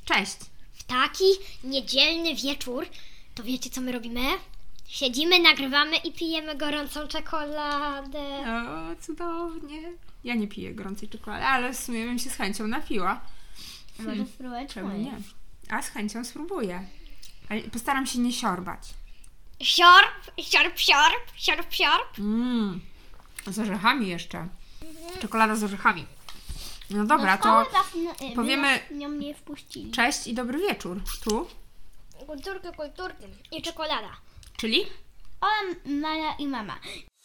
Cześć. W taki niedzielny wieczór, to wiecie co my robimy? Siedzimy, nagrywamy i pijemy gorącą czekoladę. O, cudownie. Ja nie piję gorącej czekolady, ale w sumie bym się z chęcią napiła. Może spróbować Czemu moje. nie? A z chęcią spróbuję. Ale postaram się nie siorbać. Siorb, siorb, siorb, siorb, siorb. Z orzechami jeszcze. Czekolada z orzechami. No dobra, to powiemy Nią mnie wpuścili. cześć i dobry wieczór. Tu, Kulturki i czekolada. czyli? Ola, Maja i mama.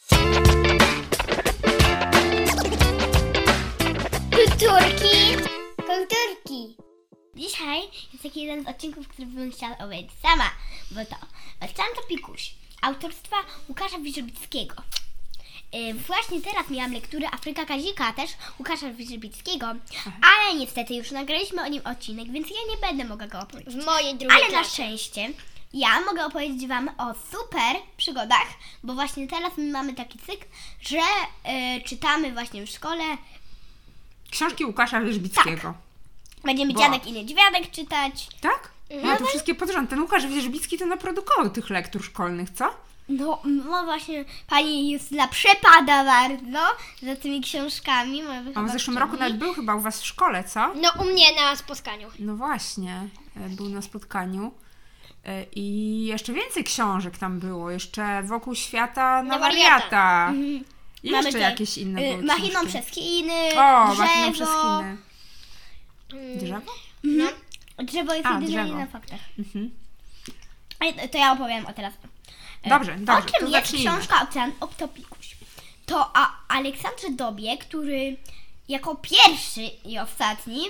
Kulturki. Dzisiaj jest taki jeden z odcinków, który bym chciała obejrzeć sama, bo to Odczanto Pikuś, autorstwa Łukasza Wierzbickiego. Właśnie teraz miałam lekturę Afryka Kazika, też Łukasza Wierzbickiego, ale niestety już nagraliśmy o nim odcinek, więc ja nie będę mogła go opowiedzieć. W mojej drugiej Ale na klasie. szczęście ja mogę opowiedzieć Wam o super przygodach, bo właśnie teraz my mamy taki cykl, że czytamy właśnie w szkole. Książki Łukasza Wierzbickiego. Będziemy Bo- Dziadek i Niedźwiadek czytać. Tak? No to wszystkie pod rząd. Ten Łukasz Wierzbicki to naprodukował tych lektur szkolnych, co? No właśnie pani Justyna przepada bardzo za tymi książkami. A w zeszłym roku nawet był chyba u was w szkole, co? No u mnie na spotkaniu. No właśnie, był na spotkaniu. I jeszcze więcej książek tam było. Jeszcze Wokół świata na wariata. I Mamy jeszcze te, jakieś inne były Machiną książki. przez Chiny, O, drzewo. Machiną przez Chiny. Drzewo? No. Drzewo jest jedynie drzewo. na faktach. Mhm. To ja opowiem o teraz. Dobrze, O to czym jest zacznijmy. książka o Ptopikuś? To o Aleksandrze Dobie, który jako pierwszy i ostatni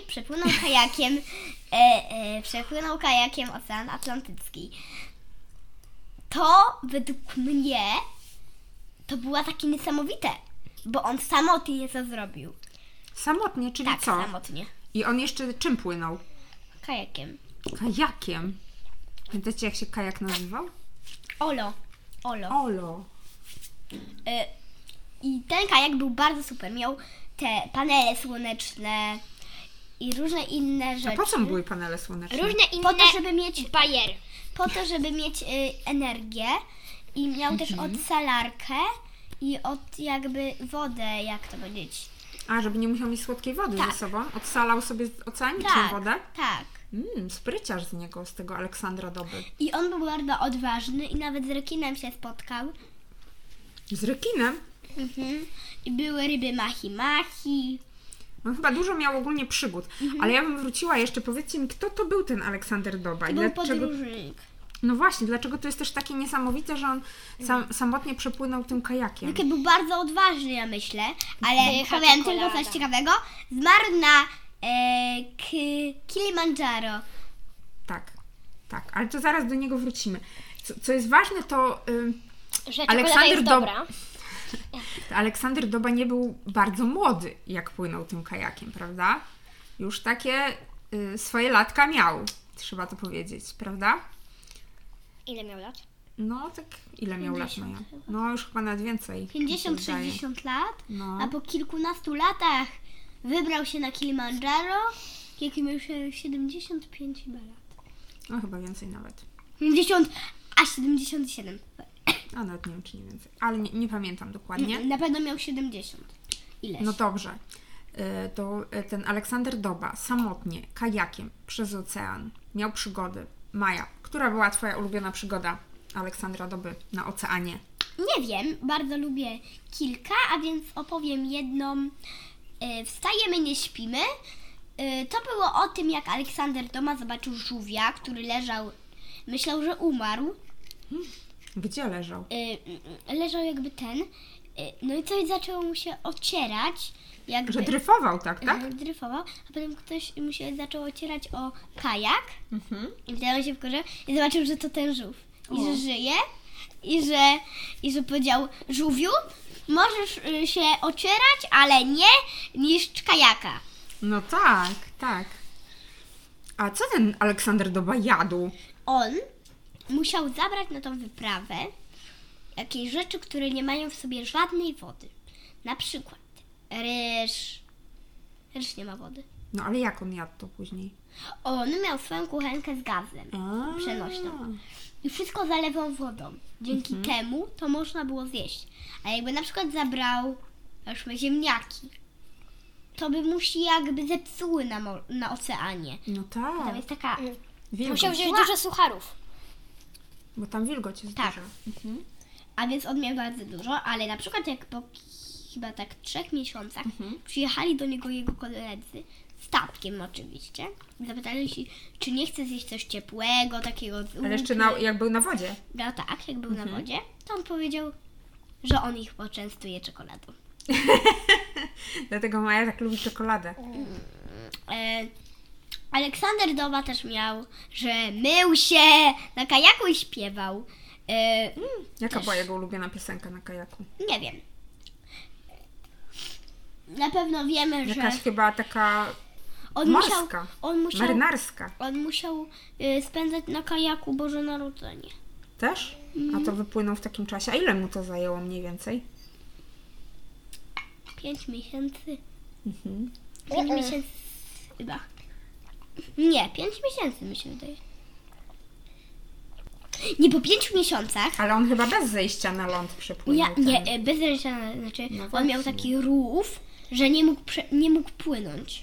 przepłynął kajakiem Ocean Atlantycki. To według mnie to było takie niesamowite, bo on samotnie to zrobił. Samotnie, czyli Tak, co? samotnie. I on jeszcze czym płynął? Kajakiem. Kajakiem. Pamiętacie, jak się kajak nazywał? Olo. Olo. I ten kajak był bardzo super. Miał te panele słoneczne i różne inne A rzeczy. po co były panele słoneczne? Różne inne Po to, żeby mieć, bajery. energię i miał też odsalarkę i jakby wodę, jak to powiedzieć. A, żeby nie musiał mieć słodkiej wody Tak. ze sobą? Odsalał sobie oceaniczną Tak, wodę? tak. Spryciarz z niego, z tego Aleksandra Doby. I on był bardzo odważny i nawet z rekinem się spotkał. Z rekinem? I były ryby machi-machi. On chyba dużo miał ogólnie przygód. Ale ja bym wróciła jeszcze, powiedzcie mi, kto to był ten Aleksander Doba? To I był dlaczego... podróżnik. No właśnie, dlaczego to jest też takie niesamowite, że on samotnie przepłynął tym kajakiem? Taki był bardzo odważny, ja myślę, ale Jechał powiem tylko czekolada. coś ciekawego. Zmarł na Kilimandżaro. Tak, ale to zaraz do niego wrócimy. Co jest ważne, to Że Aleksander czekolada jest dobra. Aleksander Doba nie był bardzo młody, jak płynął tym kajakiem, prawda? Już takie swoje latka miał, trzeba to powiedzieć, prawda? Ile miał lat? No tak, ile miał lat 50 Maja? chyba. No już chyba nawet więcej. mi się wydaje. 50-60 lat, No. a po kilkunastu latach wybrał się na Kilimandżaro, jaki miał 75 chyba lat. No chyba więcej nawet. 77. A nawet nie wiem, czy nie więcej. Ale nie pamiętam dokładnie. Na pewno miał 70. Ileś. No dobrze. To ten Aleksander Doba samotnie, kajakiem przez ocean miał przygody. Maja, która była twoja ulubiona przygoda Aleksandra Doby na oceanie? Nie wiem, bardzo lubię kilka, a więc opowiem jedną. Wstajemy, nie śpimy. To było o tym, jak Aleksander Doma zobaczył żółwia, który leżał, myślał, że umarł. Gdzie leżał? Leżał jakby no i coś zaczęło mu się ocierać. Jakby, Że dryfował, tak? Dryfował, a potem ktoś mu się zaczął ocierać o kajak i wtedy on się wkurzył i zobaczył, że to ten żółw i że żyje i że powiedział: żółwiu, możesz się ocierać, ale nie niszcz kajaka. No tak. A co ten Aleksander Doba jadł? On musiał zabrać na tą wyprawę jakieś rzeczy, które nie mają w sobie żadnej wody. Na przykład ryż. Ryż nie ma wody. No ale jak on jadł to później? On miał swoją kuchenkę z gazem przenośną. I wszystko zalewał wodą. Dzięki temu to można było zjeść. A jakby na przykład zabrał ziemniaki, to by mu się jakby zepsuły na oceanie. No Tam tak. jest taka... Wilgoć. Musiał wziąć dużo sucharów. Bo tam wilgoć jest Tak. duża. A więc on miał bardzo dużo, ale na przykład jak po chyba tak 3 miesiącach przyjechali do niego jego koledzy, statkiem oczywiście, i zapytali się, czy nie chce zjeść coś ciepłego, takiego z Ale jeszcze łupy. jak był na wodzie. No tak, jak był na wodzie, to on powiedział, że on ich poczęstuje czekoladą. Dlatego Maja tak lubi czekoladę. Aleksander Doba też miał, że mył się na kajaku i śpiewał. Jaka była jego ulubiona piosenka na kajaku? Nie wiem. Na pewno wiemy, że Jakaś chyba taka on morska, musiał marynarska. On musiał spędzać na kajaku Boże Narodzenie. Też? A to wypłynął w takim czasie. A ile mu to zajęło mniej więcej? 5 miesięcy. 5 miesięcy chyba. Nie, 5 miesięcy mi się wydaje. Nie, po 5 miesiącach. Ale on chyba bez zejścia na ląd przepłynął. Nie, bez zejścia, znaczy No on miał właśnie. taki rów, że nie mógł płynąć.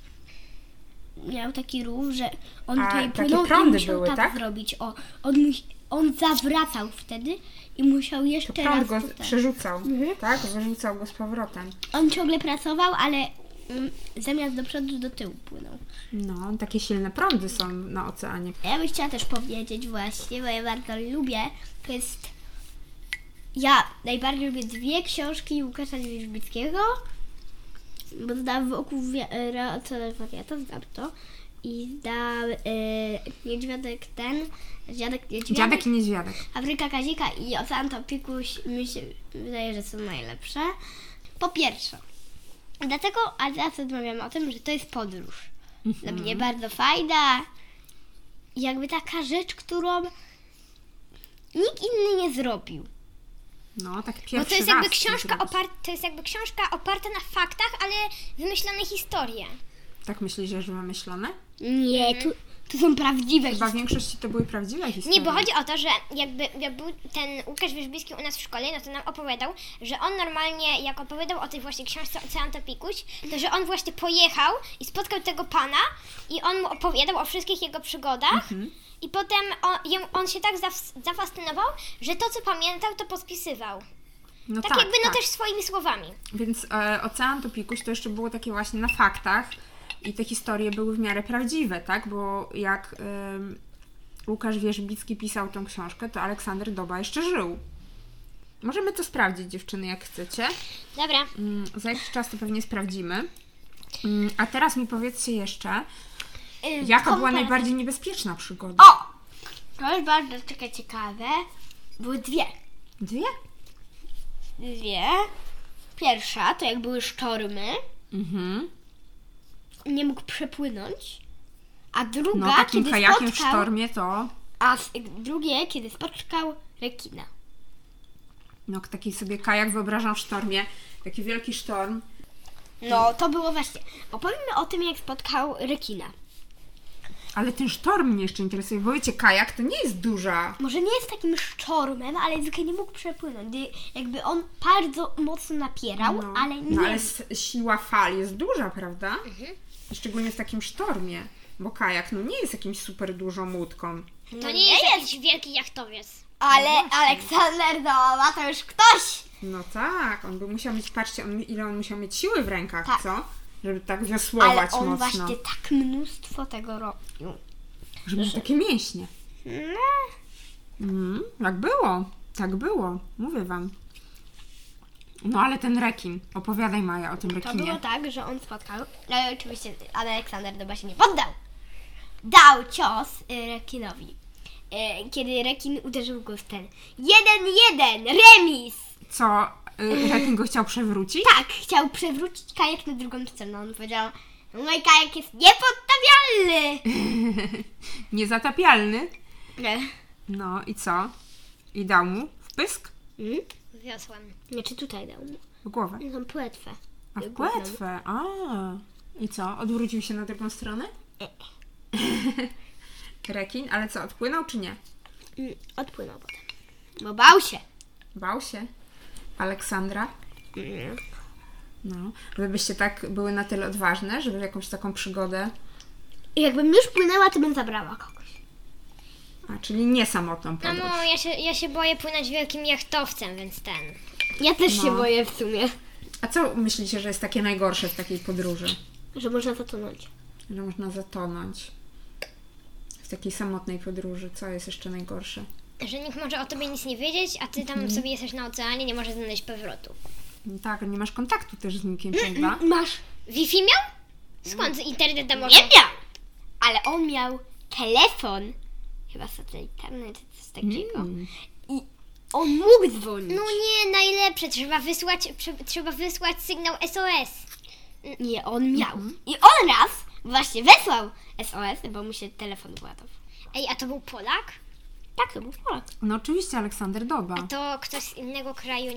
Miał taki rów, że on A, tutaj takie płynął i prądy musiał były, tak, tak? zrobić. On zawracał wtedy i musiał jeszcze Prąd raz go tutaj. przerzucał, tak? Wyrzucał go z powrotem. On ciągle pracował, ale zamiast do przodu, do tyłu płynął. No, takie silne prądy są na oceanie. Ja bym chciała też powiedzieć właśnie, bo ja bardzo lubię, to jest... Ja najbardziej lubię 2 książki Łukasza Wierzbickiego, bo zdałam wokół Raocele Wariata, zdam to. I zdałam Niedźwiadek Dziadek i niedźwiadek. Afryka Kazika i Ocean Topikuś mi się wydaje, że są najlepsze. Po pierwsze, dlatego, ale teraz rozmawiamy o tym, że to jest podróż. Dla mnie bardzo fajna. I jakby taka rzecz, którą nikt inny nie zrobił. No, tak pierwszy Bo to jest jakby raz książka zrobić. oparta na faktach, ale wymyślone historie. Tak myślisz, że wymyślone? Nie, tu są prawdziwe Chyba w większości to były prawdziwe historie. Nie, bo chodzi o to, że jak był ten Łukasz Wierzbicki u nas w szkole, no to nam opowiadał, że on normalnie, jak opowiadał o tej właśnie książce Ocean Topikuś, to że on właśnie pojechał i spotkał tego pana i on mu opowiadał o wszystkich jego przygodach i potem on się tak zafascynował, że to, co pamiętał, to podpisywał. No Tak jakby no też swoimi słowami. Więc Ocean Topikuś to jeszcze było takie właśnie na faktach i te historie były w miarę prawdziwe, tak? Bo jak Łukasz Wierzbicki pisał tą książkę, to Aleksander Doba jeszcze żył. Możemy to sprawdzić, dziewczyny, jak chcecie. Dobra. Za jakiś czas to pewnie sprawdzimy. A teraz mi powiedzcie jeszcze, jaka była najbardziej niebezpieczna przygoda? O! To jest bardzo ciekawe. Były 2. 2? 2. Pierwsza to jak były sztormy. Nie mógł przepłynąć. A druga, No, takim kiedy kajakiem w spotkał... sztormie to... drugie, kiedy spotkał rekina. No, taki sobie kajak wyobrażam w sztormie. Taki wielki sztorm. No, to było właśnie. Opowiemy o tym, jak spotkał rekina. Ale ten sztorm mnie jeszcze interesuje, bo wiecie, kajak to nie jest duża. Może nie jest takim sztormem, ale zwykle nie mógł przepłynąć. Jakby on bardzo mocno napierał, ale nie... No, ale siła fal jest duża, prawda? Szczególnie w takim sztormie. Bo kajak nie jest jakimś super dużą łódką. To nie jest jakiś wielki jachtowiec. Ale Aleksander Doba to już ktoś! No tak, on by musiał mieć, patrzcie, ile on musiał mieć siły w rękach, Tak. co? Żeby tak wiosłować Ale on mocno. właśnie tak mnóstwo tego robił. Żeby mieć takie mięśnie. Tak było, mówię wam. No ale ten rekin, opowiadaj Maja o tym To rekinie. było tak, że on spotkał, ale oczywiście Aleksander Doba się nie poddał. Dał cios rekinowi. Kiedy rekin uderzył go w ten 1-1, remis! Co, rekin go chciał przewrócić? Tak, chciał przewrócić kajak na drugą stronę. On powiedział, mój kajak jest niepodtapialny! Niezatapialny. Nie. No i co? I dał mu wpysk Wiosłem. Znaczy tutaj dał mu. w głowę. Tą płetwę. A w płetwę, I co? Odwrócił się na drugą stronę? Rekin? Ale co, odpłynął czy nie? Odpłynął potem. Bo bał się. Bał się? Aleksandra? No. Wy byście tak były na tyle odważne, żeby jakąś taką przygodę... I jakbym już płynęła, to bym zabrała kogoś. A, czyli nie samotną podróż. Mamo, ja się boję płynąć wielkim jachtowcem, więc Ja też się No. boję w sumie, A co myślicie, że jest takie najgorsze w takiej podróży? że można zatonąć. Że można zatonąć. W takiej samotnej podróży. Co jest jeszcze najgorsze? że nikt może o tobie nic nie wiedzieć, a ty tam sobie jesteś na oceanie, nie możesz znaleźć powrotu. No tak, nie masz kontaktu też z nikim, prawda? Masz. Wi-Fi miał? Skąd internet tam może? Nie miał. Ale on miał telefon. Chyba satelitarny czy coś takiego. I on mógł dzwonić. No nie, najlepsze. Trzeba wysłać sygnał SOS. Nie, on miał. I on raz właśnie wysłał SOS, bo mu się telefon wyładował. Ej, a to był Polak? Tak, to był Polak. No oczywiście Aleksander Doba. To ktoś z innego kraju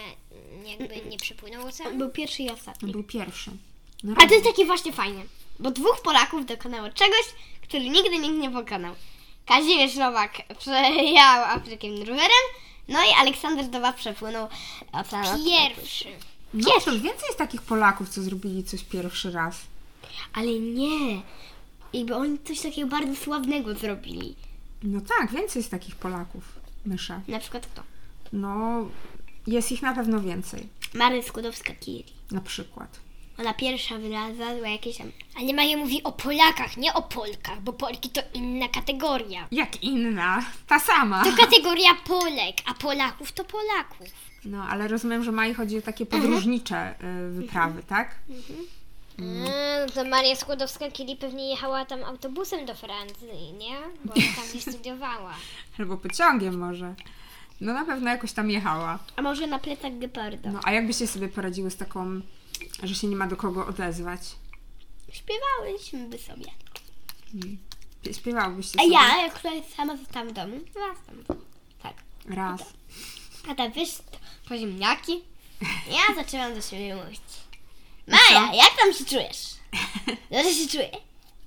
nie przepłynął On ocean? był pierwszy i On ostatni. był pierwszy. No, A to jest takie właśnie fajne, bo 2 Polaków dokonało czegoś, który nigdy nikt nie pokonał. Kazimierz Nowak przejechał Afrykę rowerem, no i Aleksander Doba przepłynął ocean. Pierwszy. no to więcej jest takich Polaków, co zrobili coś pierwszy raz. Ale nie, jakby oni coś takiego bardzo sławnego zrobili. No tak, więcej jest takich Polaków, Mysza. Na przykład kto? No, jest ich na pewno więcej. Mary Skłodowska-Curie. Na przykład. Ona pierwsza wynalazła jakieś tam... Ale Maja mówi o Polakach, nie o Polkach, bo Polki to inna kategoria. Jak inna? Ta sama. To kategoria Polek, a Polaków to Polaków. No, ale rozumiem, że Mai chodzi o takie podróżnicze wyprawy, tak? No to Maria Skłodowska-Curie pewnie jechała tam autobusem do Francji, nie? Bo ona tam nie studiowała. Albo pociągiem może. No na pewno jakoś tam jechała. A może na plecach geparda. No, a jak byście sobie poradziły z taką, że się nie ma do kogo odezwać? Śpiewałyśmy by sobie. Śpiewałybyście A sobie? ja, jak tutaj sama zostałam w domu, raz tam. Tak. Raz. A ta wiesz, po ziemniaki? Ja zaczęłam do siebie mówić. Maja, jak tam się czujesz? Dobrze się czuję.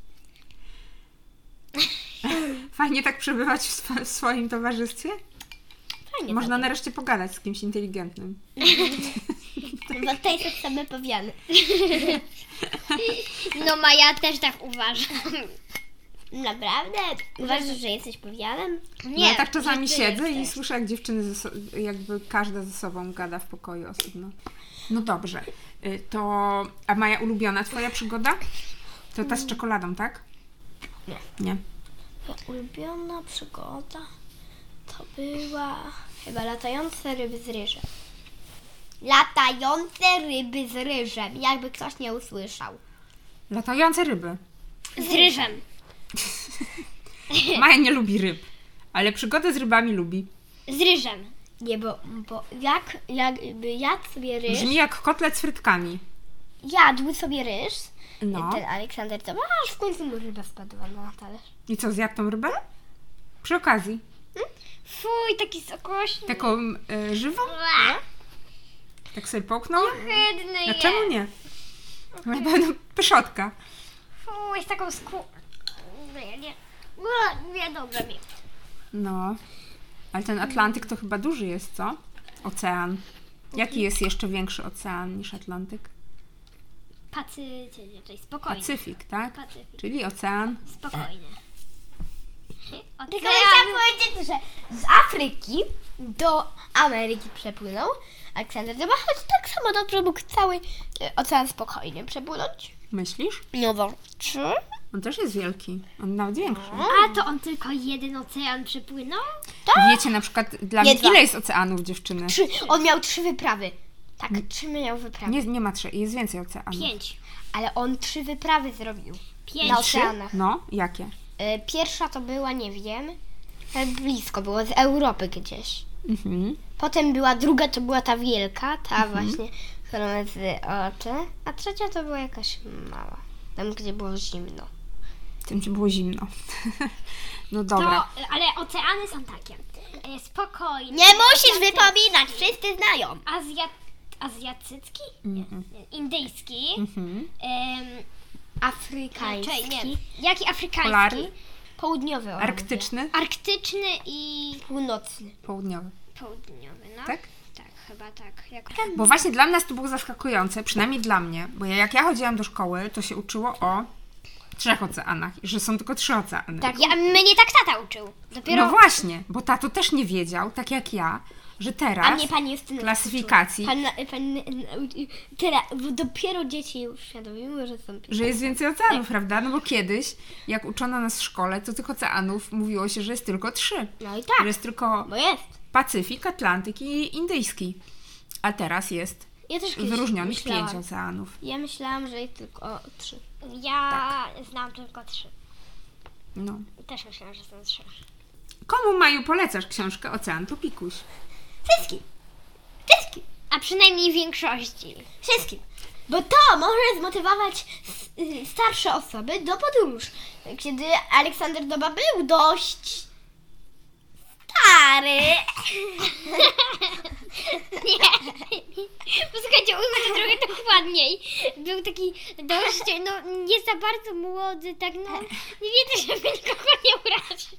Fajnie tak przebywać w swoim towarzystwie? Fajnie. Można nareszcie pogadać z kimś inteligentnym. Bo tutaj są same powiany. No Maja też tak uważa. Naprawdę? Uważasz, że jesteś powianem? No ja tak czasami że ty siedzę i jesteś. słyszę, jak dziewczyny jakby każda ze sobą gada w pokoju osobno. No dobrze. A Maja, ulubiona twoja przygoda? To ta z czekoladą, tak? Nie. Nie. Moja ulubiona przygoda to była chyba latające ryby z ryżem. Latające ryby z ryżem, jakby ktoś nie usłyszał. Latające ryby. Z ryżem. Maja nie lubi ryb, ale przygodę z rybami lubi. Z ryżem. Nie, bo jakby jadł sobie ryż, Brzmi jak kotlet z frytkami. jadł sobie ryż, No. ten Aleksander to aż w końcu mu ryba spadła na talerz. I co, zjadł tą rybę? Przy okazji. Fuj, taki sokośny. Taką żywą? Tak sobie połknął? Ohydny A jest. czemu nie? Na pewno pyszotka. Fuj, z taką nie dobrze mi. No. Ale ten Atlantyk to chyba duży jest, co? Ocean. Jaki jest jeszcze większy ocean niż Atlantyk? Czyli spokojnie. Pacyfik, tak? Pacyfik. Czyli ocean. Spokojnie. Tylko chciałam powiedzieć, że z Afryki do Ameryki przepłynął Aleksander Doba, choć tak samo dobrze mógł cały ocean spokojnie przepłynąć. Myślisz? No czy? On też jest wielki. On nawet większy. A to on tylko jeden ocean przepłynął? Wiecie na przykład dla Nie, mnie, dwa. ile jest oceanów, dziewczyny? 3. On miał 3 wyprawy. Tak, 3 miał wyprawy. Nie ma 3, jest więcej oceanów. 5. Ale on 3 wyprawy zrobił. 5. Na 3? oceanach. No, jakie? Pierwsza to była, nie wiem, blisko było, z Europy gdzieś. Mhm. Potem była druga, to była ta wielka, ta właśnie, którą jest z oczy. A trzecia to była jakaś mała, tam gdzie było zimno. Tym ci było zimno. No dobra. Ale oceany są takie. Spokojnie. Nie musisz wypominać, wszyscy znają. Azjatycki? Mhm. Indyjski. Mhm. afrykański, nie. Jaki afrykański? Polarny? południowy, Arktyczny? Arktyczny i północny. Południowy. południowy, no. Tak? Tak, chyba tak. Bo właśnie dla nas to było zaskakujące, przynajmniej dla mnie, bo jak ja chodziłam do szkoły, to się uczyło o 3 oceanach i że są tylko 3 oceany. Tak, mnie tak tata uczył. Dopiero No właśnie, bo tato też nie wiedział, tak jak ja, że teraz A mnie pani Justyna klasyfikacji, teraz, bo dopiero dzieci już świadomiły, że są... że jest więcej oceanów, prawda? No bo kiedyś, jak uczono nas w szkole, to tych oceanów mówiło się, że jest tylko 3. No i tak, Że jest tylko bo jest. Pacyfik, Atlantyk i Indyjski. A teraz jest Ja też kiedyś wyróżnionych myślałam. 5 oceanów. Ja myślałam, że jest tylko 3. ja znam tylko 3. No. Też myślałam, że są 3. Komu, Maju, polecasz książkę Ocean to Pikuś? Wszystkim. Wszystkim. A przynajmniej większości. Wszystkim. Bo to może zmotywować starsze osoby do podróży. Kiedy Aleksander Doba był dość stary. Nie. Posłuchajcie, ujmę to trochę dokładniej. Był taki dość, nie za bardzo młody, tak nie wiedzę, żeby nikogo nie urazić.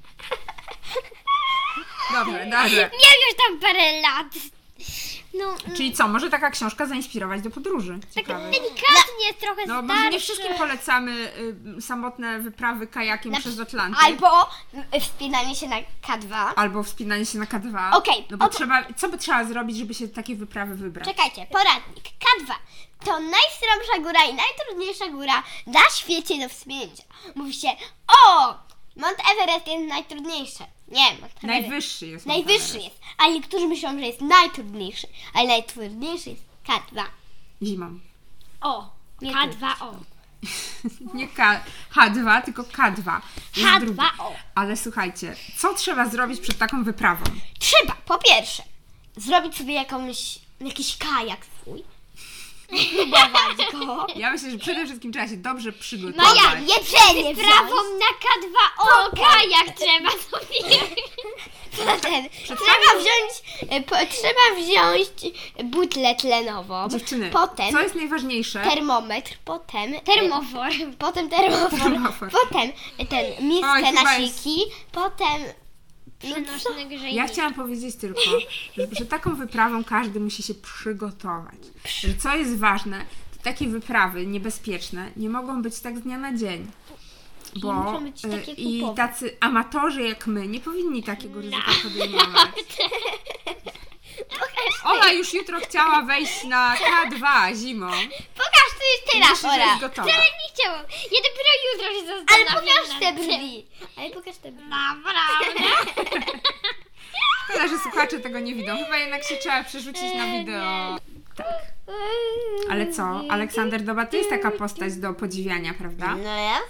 Dobrze. Miał już tam parę lat. Czyli co, może taka książka zainspirować do podróży? Tak Ciekawe. delikatnie, trochę No, starszy. może nie wszystkim polecamy samotne wyprawy kajakiem przez Atlantyk. Albo wspinanie się na K2. Albo wspinanie się na K2. Okej, No bo co by trzeba zrobić, żeby się takie wyprawy wybrać? Czekajcie, poradnik. K2 to najstromsza góra i najtrudniejsza góra na świecie do wspinięcia. Mówi się, o! Mount Everest jest najtrudniejszy. Nie, Mount Everest. Najwyższy jest. Najwyższy jest. A niektórzy myślą, że jest najtrudniejszy. Ale najtrudniejszy jest K2. Zimą. O, Nie K2O. Nie H2, tylko K2. Jest H2O. drugi. Ale słuchajcie, co trzeba zrobić przed taką wyprawą? Trzeba, po pierwsze, zrobić sobie jakiś kajak swój. Próbować go. Ja myślę, że przede wszystkim trzeba się dobrze przygotować. Maja, Jedzenie Prawą wziąć. na K2O kajak trzeba sobie. Trzeba wziąć butlę tlenową. Dziewczyny, Potem co jest najważniejsze? termometr, potem Termofor. Termofor. potem miskę Oj, chyba na jest- siki, potem Przenośny grzejnik. Ja chciałam powiedzieć tylko, że przed taką wyprawą każdy musi się przygotować. Że co jest ważne, to takie wyprawy niebezpieczne nie mogą być tak z dnia na dzień. Bo muszą być takie i kupowe. tacy amatorzy jak my nie powinni takiego ryzyka podejmować. Ola już jutro chciała wejść na K2 zimą. pokaż to jest teraz, Myślę, że Ora. jest gotowa. Ale nie chciałam. Ja dopiero jutro się Ale zastanawiam. pokaż te nad tym. brwi. Ale pokaż te brwi. Naprawdę. Szkoda, że słuchacze tego nie widzą. Chyba jednak się trzeba przerzucić na wideo. Ale co? Aleksander Doba to jest taka postać do podziwiania, prawda? No ja?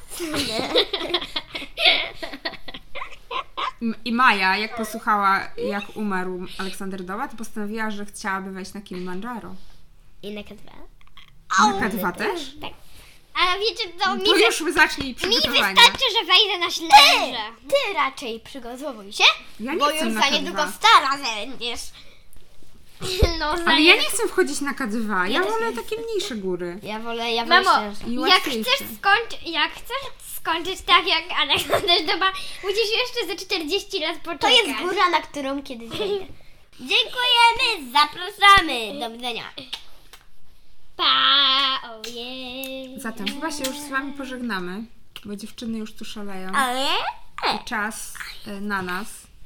I Maja, jak posłuchała, jak umarł Aleksander Doba, to postanowiła, że chciałaby wejść na Kilimandżaro. I na K2. Na K2 też? Tak. A wiecie co, To już zacznij mi przygotowania. wystarczy, że wejdę na śledzie. Ty raczej przygotowuj się, Ja nie bo chcę już na za K2. niedługo stara będziesz. No, Ale ja nie chcę wchodzić na K2. Ja wolę takie mniejsze góry. Ja wolę Mamo, I jak łatwiejsze. chcesz skończyć tak jak Aleksander Doba, musisz jeszcze za 40 lat To poczekać. jest góra, na którą kiedyś wejdę. Dziękujemy, zapraszamy. Do widzenia. Pa, ojej. Zatem chyba się już z wami pożegnamy, bo dziewczyny już tu szaleją. Ale? I czas na nas.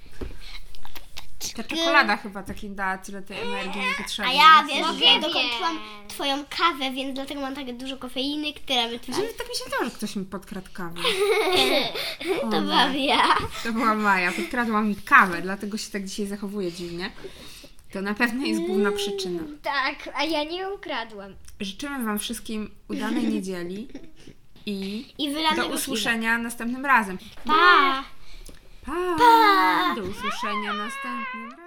Ta czekolada chyba takim dała tyle tej energii niepotrzebnej. A ja, wiesz, Mogę że ja wiem. dokończyłam twoją kawę, więc dlatego mam tak dużo kofeiny, która wytwarza. Tak mi się dało, że ktoś mi podkradł kawę. To byłam ja. To była Maja, podkradła mi kawę, dlatego się tak dzisiaj zachowuje dziwnie. To na pewno jest główna przyczyna. Tak, a ja nie ukradłam. Życzymy wam wszystkim udanej niedzieli i I do wylanego usłyszenia następnym razem. Pa! Pa! Do usłyszenia następnym razem.